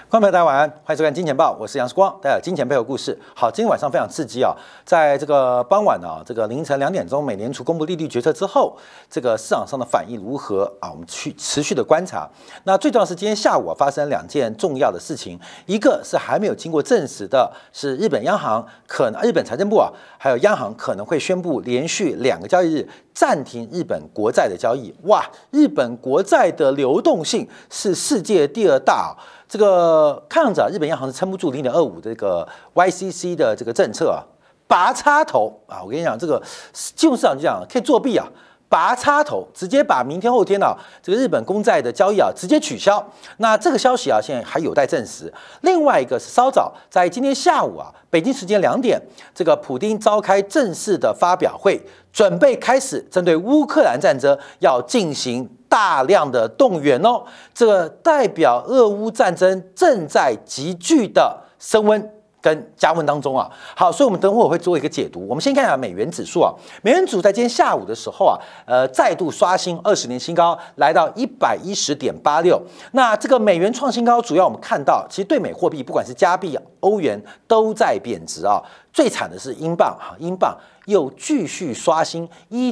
观众朋友大家晚安，欢迎收看《金钱报》，我是杨世光，带来金钱背后故事。好，今天晚上非常刺激啊，在这个傍晚啊，这个凌晨2点钟，美联储公布利率决策之后，这个市场上的反应如何啊？我们去持续的观察。那最重要的是今天下午发生2件重要的事情，一个是还没有经过证实的，是日本央行日本财政部还有央行可能会宣布连续2个交易日暂停日本国债的交易。哇，日本国债的流动性是世界第2大。这个看样子日本央行是撑不住0.25这个 YCC 的这个政策拔插头我跟你讲，这个金融市场就讲可以作弊拔插头，直接把明天后天这个日本公债的交易直接取消。那这个消息现在还有待证实。另外一个是稍早在今天下午北京时间2点，这个普丁召开正式的发表会，准备开始针对乌克兰战争要进行大量的动员这个代表俄乌战争正在急剧的升温跟加温当中好，所以我们等会儿会做一个解读。我们先看一下美元指数美元指数在今天下午的时候再度刷新20年新高，来到110.86。那这个美元创新高，主要我们看到，其实对美货币，不管是加币、欧元都在贬值最惨的是英镑英镑又继续刷新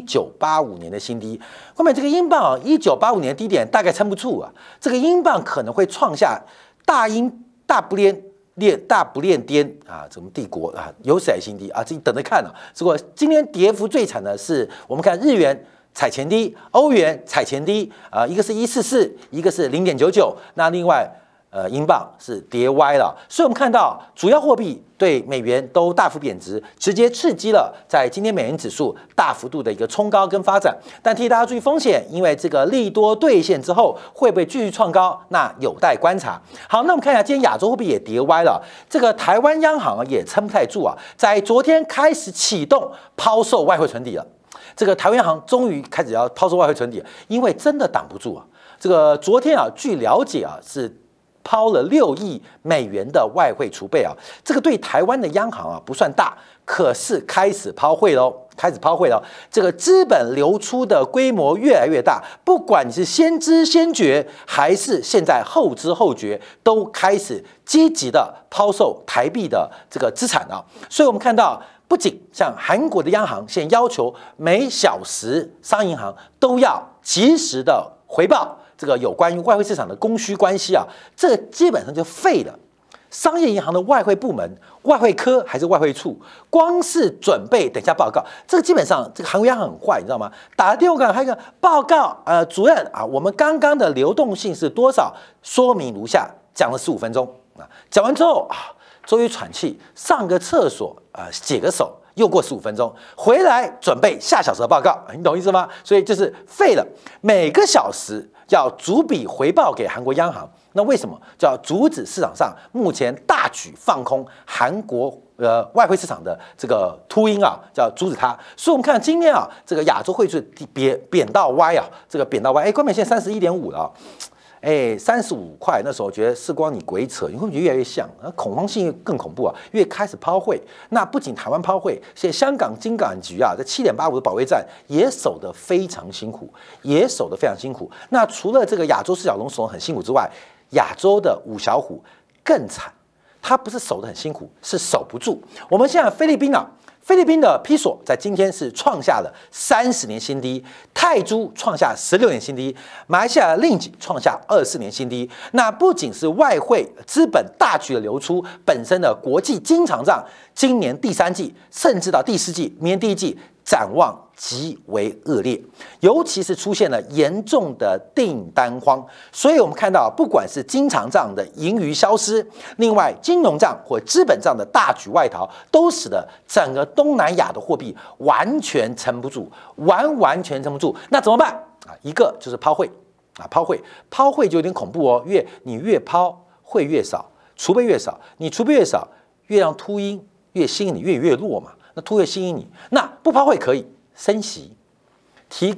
1985年的新低。后面这个英镑1985年的低点大概撑不住这个英镑可能会创下大不列颠什么帝国有史以来新低自己等着看结果今天跌幅最惨的是，我们看日元踩前低，欧元踩前低一个是144，一个是0.99，那另外英镑是跌歪了。所以我们看到主要货币对美元都大幅贬值，直接刺激了在今天美元指数大幅度的一个冲高跟发展。但提醒大家注意风险，因为这个利多兑现之后会不会继续创高，那有待观察。好，那我们看一下今天亚洲货币也跌歪了，这个台湾央行也撑不太住在昨天开始启动抛售外汇存底了。这个台湾央行终于开始要抛售外汇存底了，因为真的挡不住这个昨天据了解是抛了6亿美元的外汇储备这个对台湾的央行不算大，可是开始抛汇喽，这个资本流出的规模越来越大，不管你是先知先觉还是现在后知后觉，都开始积极的抛售台币的这个资产所以我们看到，不仅像韩国的央行现在要求每小时商业银行都要及时的回报这个有关于外汇市场的供需关系这个基本上就废了。商业银行的外汇部门、外汇科还是外汇处，光是准备等一下报告，这个基本上这个韩国央行很坏，你知道吗？打了第6个还有一个报告，主任我们刚刚的流动性是多少？说明如下，讲了15分钟讲完之后终于喘气，上个厕所解个手。又过15分钟，回来准备下小时的报告，你懂意思吗？所以就是废了，每个小时要逐笔回报给韩国央行。那为什么就要阻止市场上目前大举放空韩国外汇市场的这个秃鹰叫阻止它？所以我们看今天这个亚洲汇率贬到歪这个贬到歪，关键现在31.5了35块，那时候我觉得世光你鬼扯，你会不会觉得越来越像？恐慌性更恐怖越开始抛汇。那不仅台湾抛汇，现在香港金管局在7.85的保卫战也守得非常辛苦，那除了这个亚洲四小龙守得很辛苦之外，亚洲的5小虎更惨，它不是守得很辛苦，是守不住。我们现在菲律宾的披索在今天是创下了30年新低，泰铢创下16年新低，马来西亚的令吉创下24年新低。那不仅是外汇资本大举的流出，本身的国际经常账今年第3季甚至到第4季，明年第1季展望极为恶劣，尤其是出现了严重的订单荒。所以我们看到，不管是经常账的盈余消失，另外金融账或资本账的大举外逃，都使得整个东南亚的货币完全撑不住，完全撑不住。那怎么办一个就是抛汇抛汇就有点恐怖你越抛汇越少，储备越少，你储备越少，越让秃鹰越吸引你，越弱嘛。那突越吸引你，那不抛汇可以升息，提高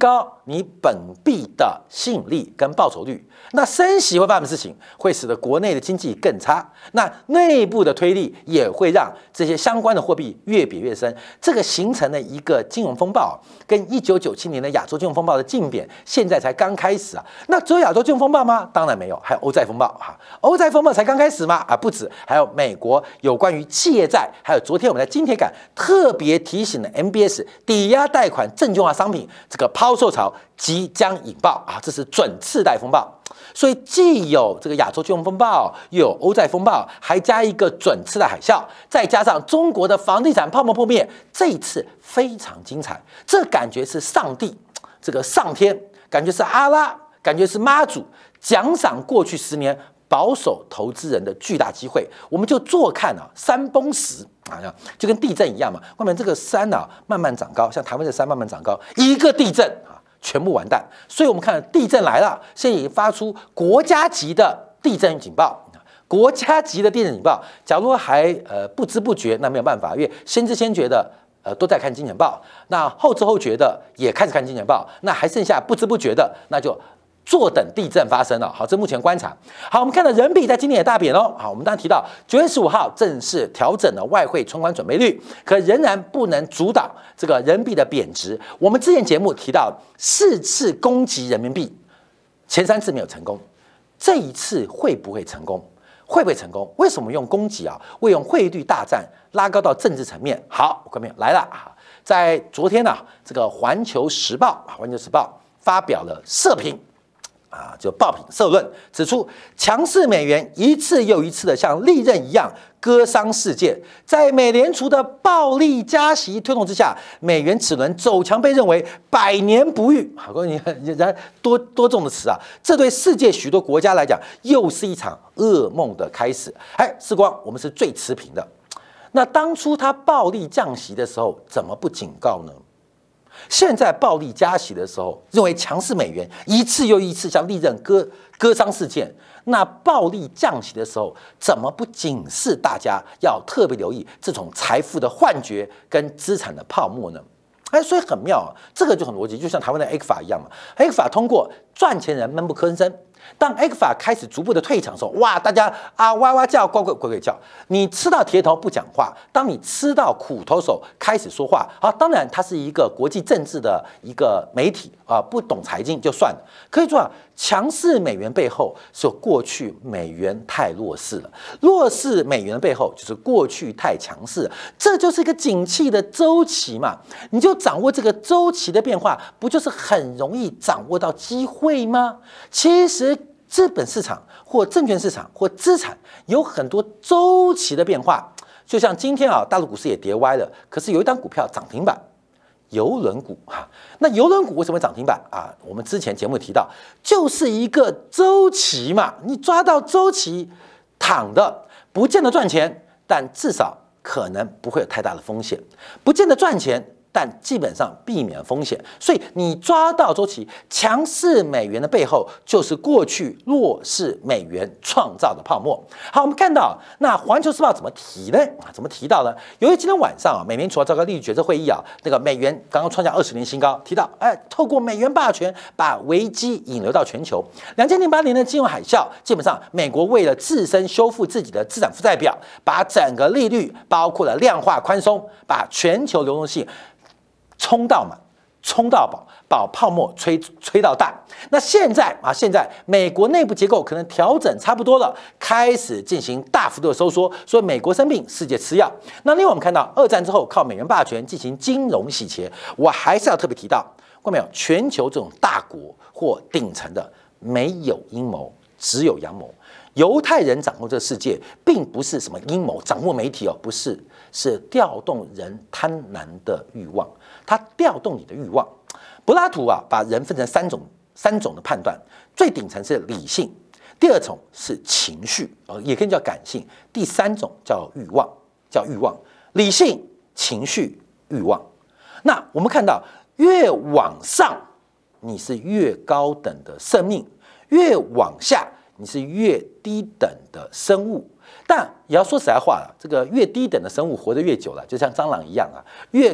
你本币的吸引力跟报酬率。那升息会发生的事情，会使得国内的经济更差，那内部的推力也会让这些相关的货币越贬越深，这个形成了一个金融风暴，跟1997年的亚洲金融风暴的竞贬，现在才刚开始啊。那只有亚洲金融风暴吗？当然没有，还有欧债风暴哈。欧债风暴才刚开始吗？啊，不止，还有美国有关于企业债，还有昨天我们在今天感特别提醒的 MBS 抵押贷款证券化商品这个抛售潮即将引爆啊，这是准次贷风暴。所以既有这个亚洲金融风暴，又有欧债风暴，还加一个准次贷海啸，再加上中国的房地产泡沫破灭，这一次非常精彩。这感觉是上帝，这个上天，感觉是阿拉，感觉是妈祖奖赏过去10年保守投资人的巨大机会。我们就坐看啊，山崩时啊，就跟地震一样嘛。外面这个山啊慢慢长高，像台湾的山慢慢长高，一个地震啊。全部完蛋，所以我们看地震来了，现在已经发出国家级的地震警报。国家级的地震警报，假如还不知不觉，那没有办法，因为先知先觉的都在看金钱豹，那后知后觉的也开始看金钱豹，那还剩下不知不觉的，那就坐等地震发生了。好，这目前观察。好，我们看到人民币在今年也大贬哦。好，我们刚刚提到9月15号正式调整了外汇存款准备率，可仍然不能阻挡这个人民币的贬值。我们之前节目提到4次攻击人民币，前3次没有成功，这一次会不会成功？会不会成功？为什么用攻击啊？为用汇率大战拉高到政治层面？好，各位朋友来了啊！在昨天呢，这个《环球时报》发表了社评。啊，就爆品社论指出，强势美元一次又一次的像利刃一样割伤世界。在美联储的暴力加息推动之下，美元齿轮走强被认为100年不遇。好，各位你多重的词啊！这对世界许多国家来讲，又是一场噩梦的开始。哎，时光，我们是最持平的。那当初他暴力降息的时候，怎么不警告呢？现在暴力加息的时候，认为强势美元一次又一次像利刃割伤事件，那暴力降息的时候，怎么不警示大家要特别留意这种财富的幻觉跟资产的泡沫呢？哎，所以很妙啊，这个就很逻辑，就像台湾的 X 法一样嘛。X 法通过，赚钱人闷不吭声。当 X 法开始逐步的退场的时候，哇，大家啊哇哇叫，乖乖叫。你吃到甜头不讲话，当你吃到苦头时候开始说话。好，当然它是一个国际政治的一个媒体啊，不懂财经就算了。可以说啊，强势美元背后是过去美元太弱势了，弱势美元的背后就是过去太强势，这就是一个景气的周期嘛。你就掌握这个周期的变化，不就是很容易掌握到机会吗？其实资本市场或证券市场或资产有很多周期的变化，就像今天啊，大陆股市也跌歪了，可是有一档股票涨停板，邮轮股哈。那邮轮股为什么涨停板啊？我们之前节目提到，就是一个周期嘛，你抓到周期躺的，不见得赚钱，但至少可能不会有太大的风险，不见得赚钱。但基本上避免风险，所以你抓到周期，强势美元的背后就是过去弱势美元创造的泡沫。好，我们看到那《环球时报》怎么提呢？怎么提到呢？由于今天晚上啊，美联储要召开利率决策会议啊，那个美元刚刚创下20年新高，提到透过美元霸权把危机引流到全球。2008年的金融海啸，基本上美国为了自身修复自己的资产负债表，把整个利率包括了量化宽松，把全球流动性冲到满，冲到饱，把泡沫吹到大。那现在美国内部结构可能调整差不多了，开始进行大幅度的收缩，所以美国生病，世界吃药。那另外我们看到2战之后靠美元霸权进行金融洗钱，我还是要特别提到，看到没有？全球这种大国或顶层的没有阴谋，只有阳谋。犹太人掌控这个世界，并不是什么阴谋，掌握媒体哦，不是，是调动人贪婪的欲望。它调动你的欲望。柏拉图啊，把人分成三种的判断，最顶层是理性，第2种是情绪，也可以叫感性，第3种叫欲望，理性、情绪、欲望。那我们看到，越往上，你是越高等的生命；越往下，你是越低等的生物。但也要说实在话了，这个越低等的生物活得越久了，就像蟑螂一样啊，越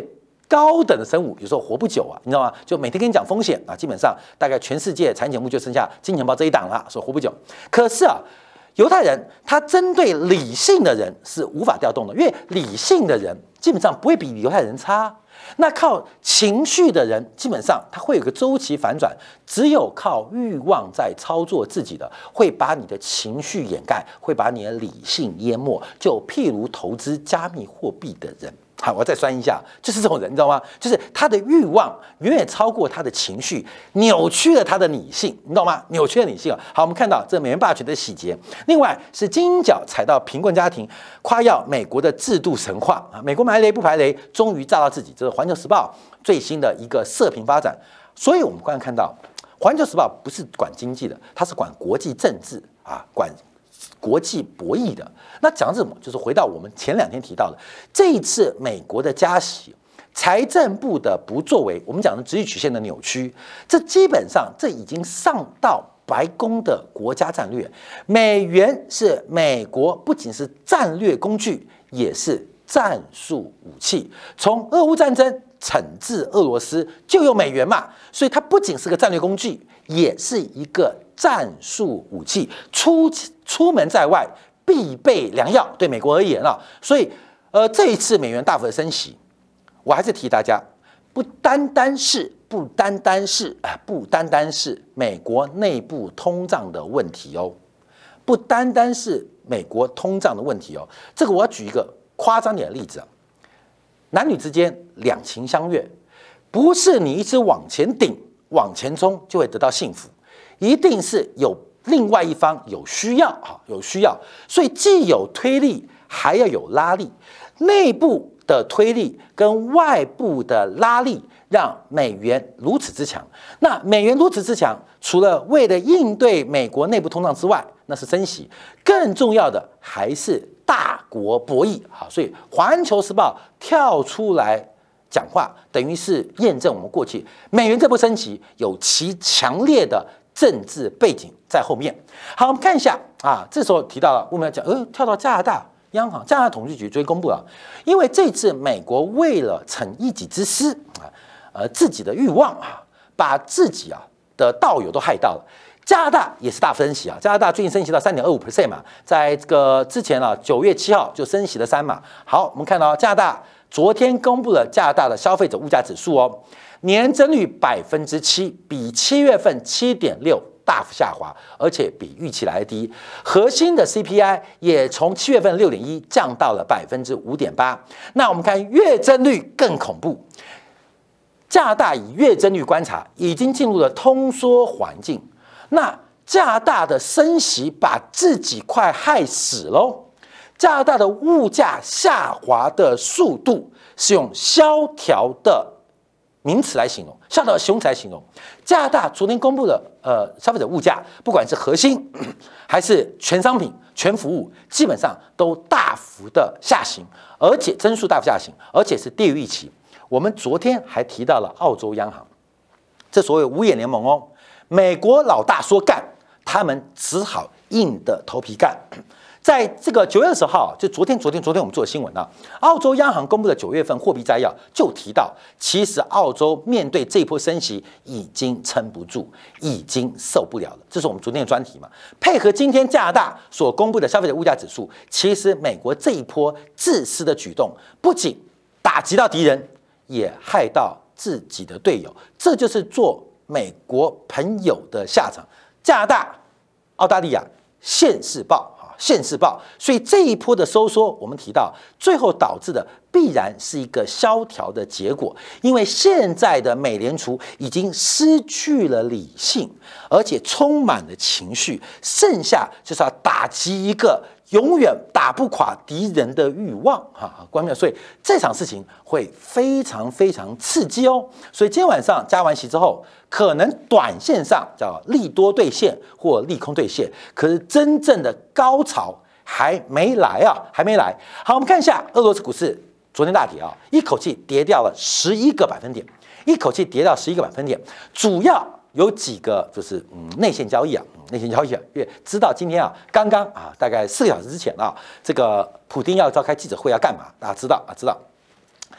高等的生物有时候活不久啊，你知道吗？就每天跟你讲风险啊，基本上大概全世界财经节目就剩下金钱豹这一档了，所以活不久。可是啊，犹太人他针对理性的人是无法调动的，因为理性的人基本上不会比犹太人差。那靠情绪的人，基本上他会有个周期反转，只有靠欲望在操作自己的，会把你的情绪掩盖，会把你的理性淹没。就譬如投资加密货币的人。好，我再酸一下，就是这种人，你知道吗？就是他的欲望远远超过他的情绪，扭曲了他的理性，你懂吗？扭曲了理性啊。好，我们看到这美元霸权的洗劫，另外是金角踩到贫困家庭，夸耀美国的制度神话啊，美国埋雷不排雷，终于炸到自己。这是《环球时报》最新的一个社评发展。所以我们刚才看到，《环球时报》不是管经济的，它是管国际政治啊，管国际博弈的。那讲什么？就是回到我们前2天提到的，这一次美国的加息，财政部的不作为，我们讲的直率曲线的扭曲，这基本上这已经上到白宫的国家战略。美元是美国不仅是战略工具，也是战术武器。从俄乌战争惩治俄罗斯就用美元嘛，所以它不仅是个战略工具，也是一个战术武器。出门在外必备良药，对美国而言啊，所以这一次美元大幅的升息，我还是提大家，不单单是美国内部通胀的问题哦，不单单是美国通胀的问题哦。这个我要举一个夸张点的例子啊，男女之间两情相悦，不是你一直往前顶、往前冲就会得到幸福，一定是有另外一方有需要啊，有需要，所以既有推力，还要有拉力。内部的推力跟外部的拉力，让美元如此之强。那美元如此之强，除了为了应对美国内部通胀之外，那是升息，更重要的还是大国博弈。好，所以《环球时报》跳出来讲话，等于是验证我们过去美元这波升息有其强烈的政治背景在后面。好，我们看一下啊，这时候提到了我们要讲，跳到加拿大央行，加拿大统计局昨天公布了，因为这次美国为了逞一己之私自己的欲望啊，把自己的道友都害到了。加拿大也是大升息啊，加拿大最近升息到3.25% 嘛，在这个之前9月7号就升息了3嘛。好，我们看到加拿大昨天公布了加拿大的消费者物价指数哦，年增率7%，比7月份7.6大幅下滑，而且比预期来的低。核心的 CPI 也从7月份6.1降到了5.8%。那我们看月增率更恐怖，加拿大以月增率观察，已经进入了通缩环境。那加拿大的升息把自己快害死喽。加拿大的物价下滑的速度是用萧条的名词来形容，萧条的形容词来形容。加拿大昨天公布的消费者物价，不管是核心还是全商品、全服务，基本上都大幅的下行，而且增速大幅下行，而且是低于预期。我们昨天还提到了澳洲央行，这所谓五眼联盟哦，美国老大说干，他们只好硬着头皮干。在这个9月20号，就昨天我们做的新闻啊，澳洲央行公布的9月份货币摘要就提到，其实澳洲面对这一波升息已经撑不住，已经受不了了。这是我们昨天的专题嘛，配合今天加拿大所公布的消费者物价指数，其实美国这一波自私的举动，不仅打击到敌人，也害到自己的队友，这就是做美国朋友的下场。加拿大、澳大利亚、现世报。所以这一波的收缩，我们提到最后导致的必然是一个萧条的结果，因为现在的美联储已经失去了理性，而且充满了情绪，剩下就是要打击一个永远打不垮敌人的欲望观众，所以这场事情会非常非常刺激哦。所以今天晚上加完息之后，可能短线上叫利多兑现或利空兑现，可是真正的高潮还没来啊，还没来。好，我们看一下俄罗斯股市昨天大跌啊，一口气跌掉了11个百分点，主要有几个就是内线交易啊，因为知道今天刚刚大概4个小时之前这个普丁要召开记者会要干嘛？大家知道。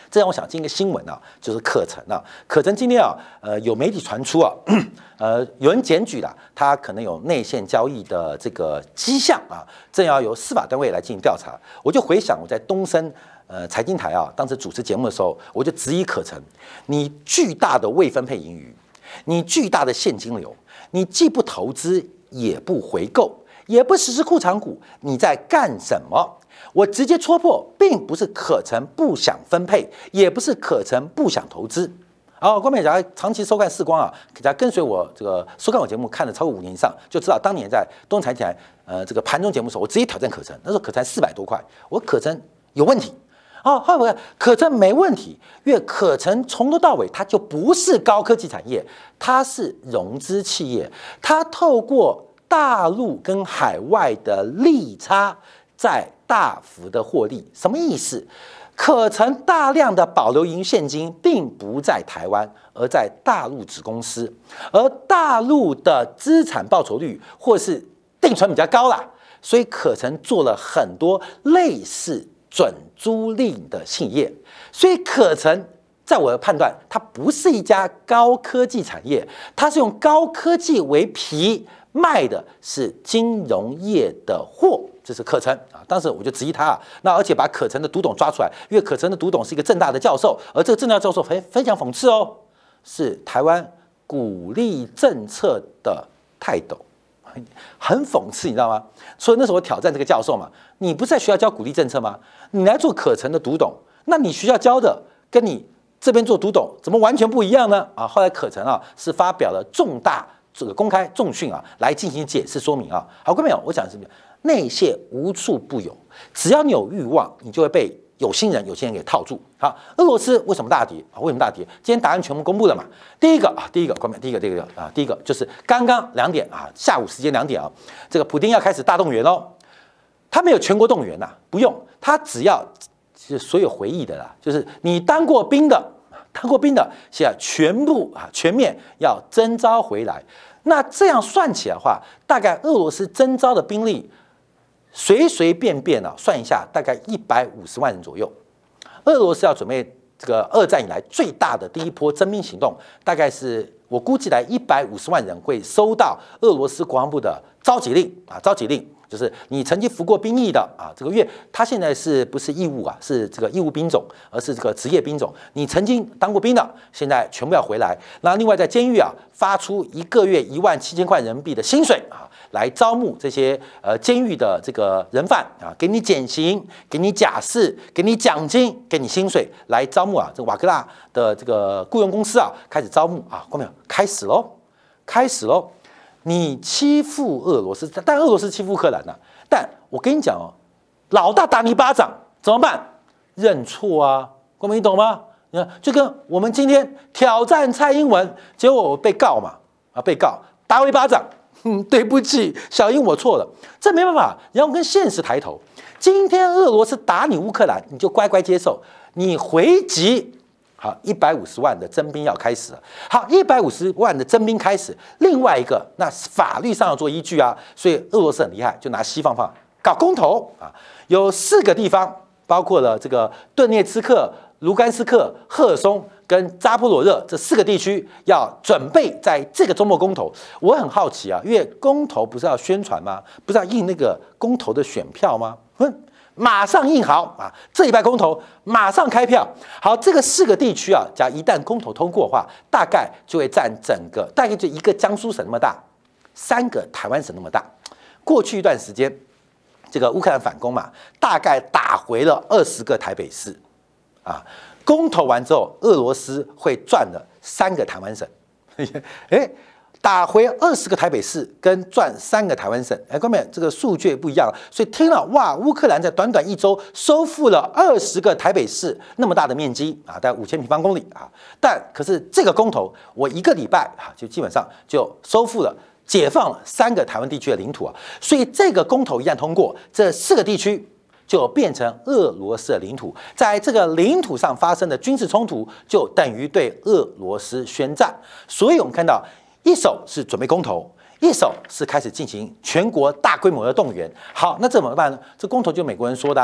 这让我想进一个新闻啊，就是可成啊，可成今天啊，有媒体传出啊，有人检举了，他可能有内线交易的这个迹象啊，正要由司法单位来进行调查。我就回想我在东森财经台啊，当时主持节目的时候，我就质疑可成，你巨大的未分配盈余，你巨大的现金流，你既不投资也不回购，也不实施库藏股，你在干什么？我直接戳破，并不是可成不想分配，也不是可成不想投资。观众朋友长期收看视光啊，大家跟随我这个收看我节目看了超过5年以上，就知道当年在东财台这个盘中节目的时候，我直接挑战可成，那时候可成400多块，我可成有问题。后来可成没问题，因为可成从头到尾它就不是高科技产业，它是融资企业，它透过大陆跟海外的利差在大幅的获利。什么意思？可成大量的保留盈余现金并不在台湾，而在大陆子公司，而大陆的资产报酬率或是定存比较高啦，所以可成做了很多类似准租赁的企业，所以可成在我的判断，它不是一家高科技产业，它是用高科技为皮卖的是金融业的货。这是可成啊，当时我就质疑他啊，那而且把可成的读懂抓出来，因为可成的读懂是一个政大的教授，而这个政大教授非常讽刺哦，是台湾鼓励政策的泰斗，很讽刺，你知道吗？所以那时候我挑战这个教授嘛，你不是在学校教鼓励政策吗？你来做可成的读懂，那你学校教的跟你这边做读懂怎么完全不一样呢？后来可成啊是发表了重大这个公开重讯啊，来进行解释说明啊。好，各位朋友，我讲的是什么？内线无处不有，只要你有欲望，你就会被有心人给套住。好，俄罗斯为什么大跌？为什么大跌？今天答案全部公布了嘛？第一个，就是刚刚2点啊，下午时间2点啊，这个普丁要开始大动员喽。他没有全国动员呐，不用，他只要是所有回忆的啦，就是你当过兵的，现在全部全面要征召回来。那这样算起来的话，大概俄罗斯征召的兵力。随便算一下，大概150万人左右。俄罗斯要准备这个2战以来最大的第一波征兵行动，大概是我估计来150万人会收到俄罗斯国防部的召集令啊，召集令就是你曾经服过兵役的啊，这个月他现在是不是义务啊？是这个义务兵种，而是这个职业兵种。你曾经当过兵的，现在全部要回来。那另外在监狱啊，发出1个月17000块人民币的薪水啊。来招募这些监狱的这个人犯啊，给你减刑，给你假释，给你奖金，给你薪水，来招募啊。这个瓦格纳的这个雇佣公司啊，开始招募啊，看到没有？开始喽！你欺负俄罗斯，但俄罗斯欺负乌克兰呐。但我跟你讲哦，老大打你一巴掌怎么办？认错啊，各位你懂吗？你看，就跟我们今天挑战蔡英文，结果我被告嘛，被告打我一巴掌。对不起，小英，我错了。这没办法，你要跟现实抬头。今天俄罗斯打你乌克兰，你就乖乖接受。你回击，好，150万的征兵要开始了。好，150万的征兵开始。另外一个，那法律上要做依据啊。所以俄罗斯很厉害，就拿西方搞公投啊。有4个地方，包括了这个顿涅茨克、卢甘斯克、赫尔松跟扎波罗热这4个地区要准备在这个周末公投。我很好奇啊，因为公投不是要宣传吗？不是要印那个公投的选票吗？马上印好啊！这礼拜公投马上开票。好，这个4个地区啊，假如一旦公投通过的话，大概就会占整个大概就一个江苏省那么大，3个台湾省那么大。过去一段时间，这个乌克兰反攻嘛，大概打回了20个台北市。公投完之后，俄罗斯会赚了3个台湾省，打回20个台北市跟赚3个台湾省，各位这个数据不一样，所以听了哇，乌克兰在短短1周收复了20个台北市那么大的面积啊，大概5000平方公里啊，但可是这个公投，我1个礼拜就基本上就收复了。解放了3个台湾地区的领土啊，所以这个公投一旦通过，这4个地区就变成俄罗斯的领土，在这个领土上发生的军事冲突，就等于对俄罗斯宣战。所以我们看到，一手是准备公投，一手是开始进行全国大规模的动员。好，那这怎么办呢？这公投就美国人说的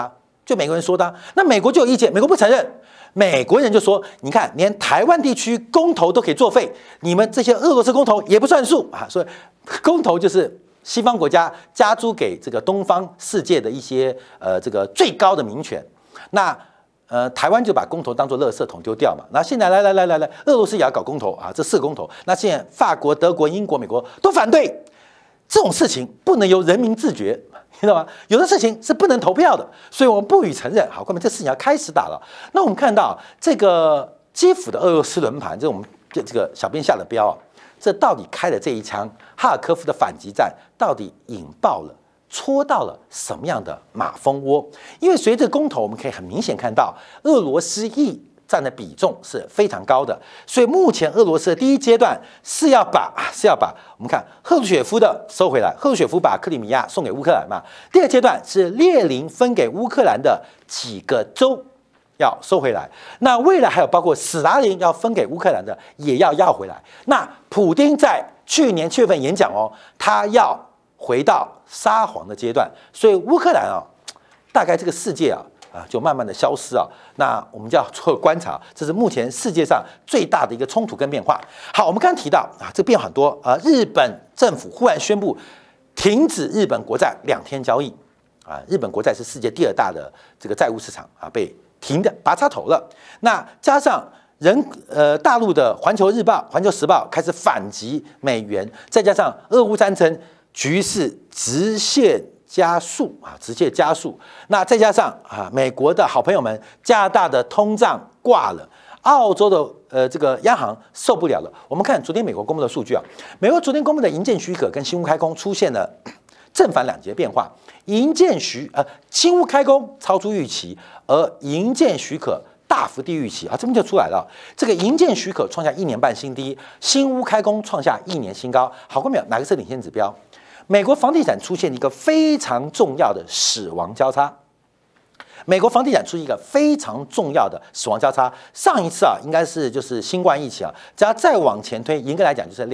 就美国人说的啊。那美国就有意见，美国不承认。美国人就说：“你看，连台湾地区公投都可以作废，你们这些俄罗斯公投也不算数啊！”所以，公投就是西方国家加诸给这个东方世界的一些这个最高的民权。那台湾就把公投当作垃圾桶丢掉嘛。那现在来，俄罗斯也要搞公投啊，这4个公投。那现在法国、德国、英国、美国都反对，这种事情不能由人民自决。知道吗？有的事情是不能投票的，所以我们不予承认。好，关键这事情要开始打了。那我们看到这个基辅的俄罗斯轮盘，这我们这个小编下的标啊，这到底开了这一枪，哈尔科夫的反击战到底引爆了、戳到了什么样的马蜂窝？因为随着公投，我们可以很明显看到俄罗斯裔占的比重是非常高的，所以目前俄罗斯的第一阶段是要把我们看赫鲁雪夫的收回来，赫鲁雪夫把克里米亚送给乌克兰嘛。第二阶段是列宁分给乌克兰的几个州要收回来，那未来还有包括史达林要分给乌克兰的也要回来。那普丁在去年7月份演讲哦，他要回到沙皇的阶段，所以乌克兰啊，大概这个世界啊。就慢慢的消失啊。那我们就要做观察，这是目前世界上最大的一个冲突跟变化。好，我们刚刚提到啊，这变很多日本政府忽然宣布停止日本国债2天交易啊，日本国债是世界第2大的这个债务市场啊，被停的拔插头了。那加上大陆的《环球日报》《环球时报》开始反击美元，再加上俄乌战争局势直线加速。那再加上美国的好朋友们，加拿大的通胀挂了，澳洲的这个央行受不了了。我们看昨天美国公布的数据啊，美国昨天公布的营建许可跟新屋开工出现了正反两极变化，新屋开工超出预期，而营建许可大幅低于预期啊，这边就出来了。这个营建许可创下1年半新低，新屋开工创下1年新高。好过没有？哪个是领先指标？美国房地产出现一个非常重要的死亡交叉。美国房地产出现一个非常重要的死亡交叉。上一次应该是就是新冠疫情只要再往前推，严格来讲就是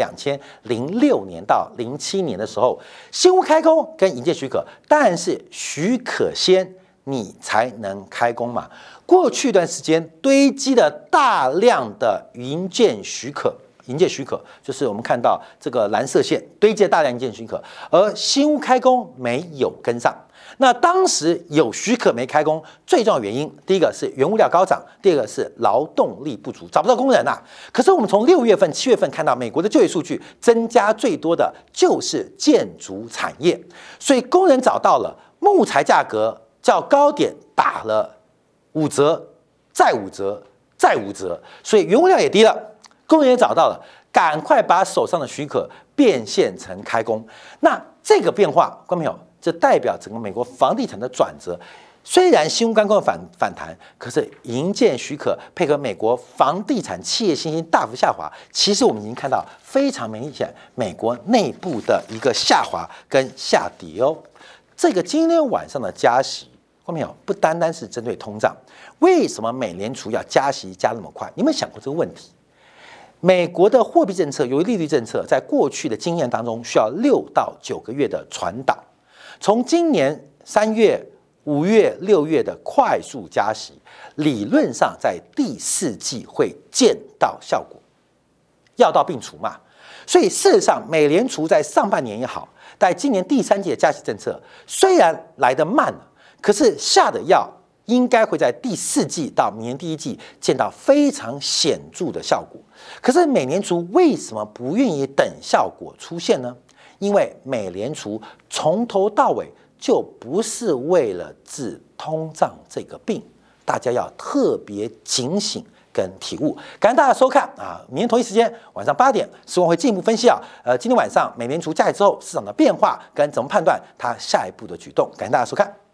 2006年到07年的时候，新屋开工跟营建许可，但是许可先，你才能开工嘛。过去一段时间堆积了大量的营建许可就是我们看到这个蓝色线堆积了大量营建许可，而新屋开工没有跟上。那当时有许可没开工，最重要的原因，第一个是原物料高涨，第二个是劳动力不足，找不到工人啊。可是我们从6月份、7月份看到美国的就业数据，增加最多的就是建筑产业，所以工人找到了，木材价格较高点打了5折，再5折，再5折，所以原物料也低了。工人也找到了，赶快把手上的许可变现成开工。那这个变化，观众朋友，这代表整个美国房地产的转折。虽然新屋开工的反弹，可是营建许可配合美国房地产企业信心大幅下滑，其实我们已经看到非常明显美国内部的一个下滑跟下跌哦。这个今天晚上的加息，观众朋友，不单单是针对通胀，为什么美联储要加息加那么快？你有没有想过这个问题？美国的货币政策由于利率政策，在过去的经验当中需要6到9个月的传导。从今年3月、5月、6月的快速加息，理论上在第4季会见到效果，药到病除嘛。所以事实上，美联储在上半年也好，在今年第3季的加息政策虽然来得慢了，可是下的药应该会在第4季到明年第1季见到非常显著的效果。可是美联储为什么不愿意等效果出现呢？因为美联储从头到尾就不是为了治通胀这个病，大家要特别警醒跟体悟。感谢大家收看明天同一时间晚上8点，时光会进一步分析今天晚上美联储加息之后市场的变化跟怎么判断它下一步的举动。感谢大家收看。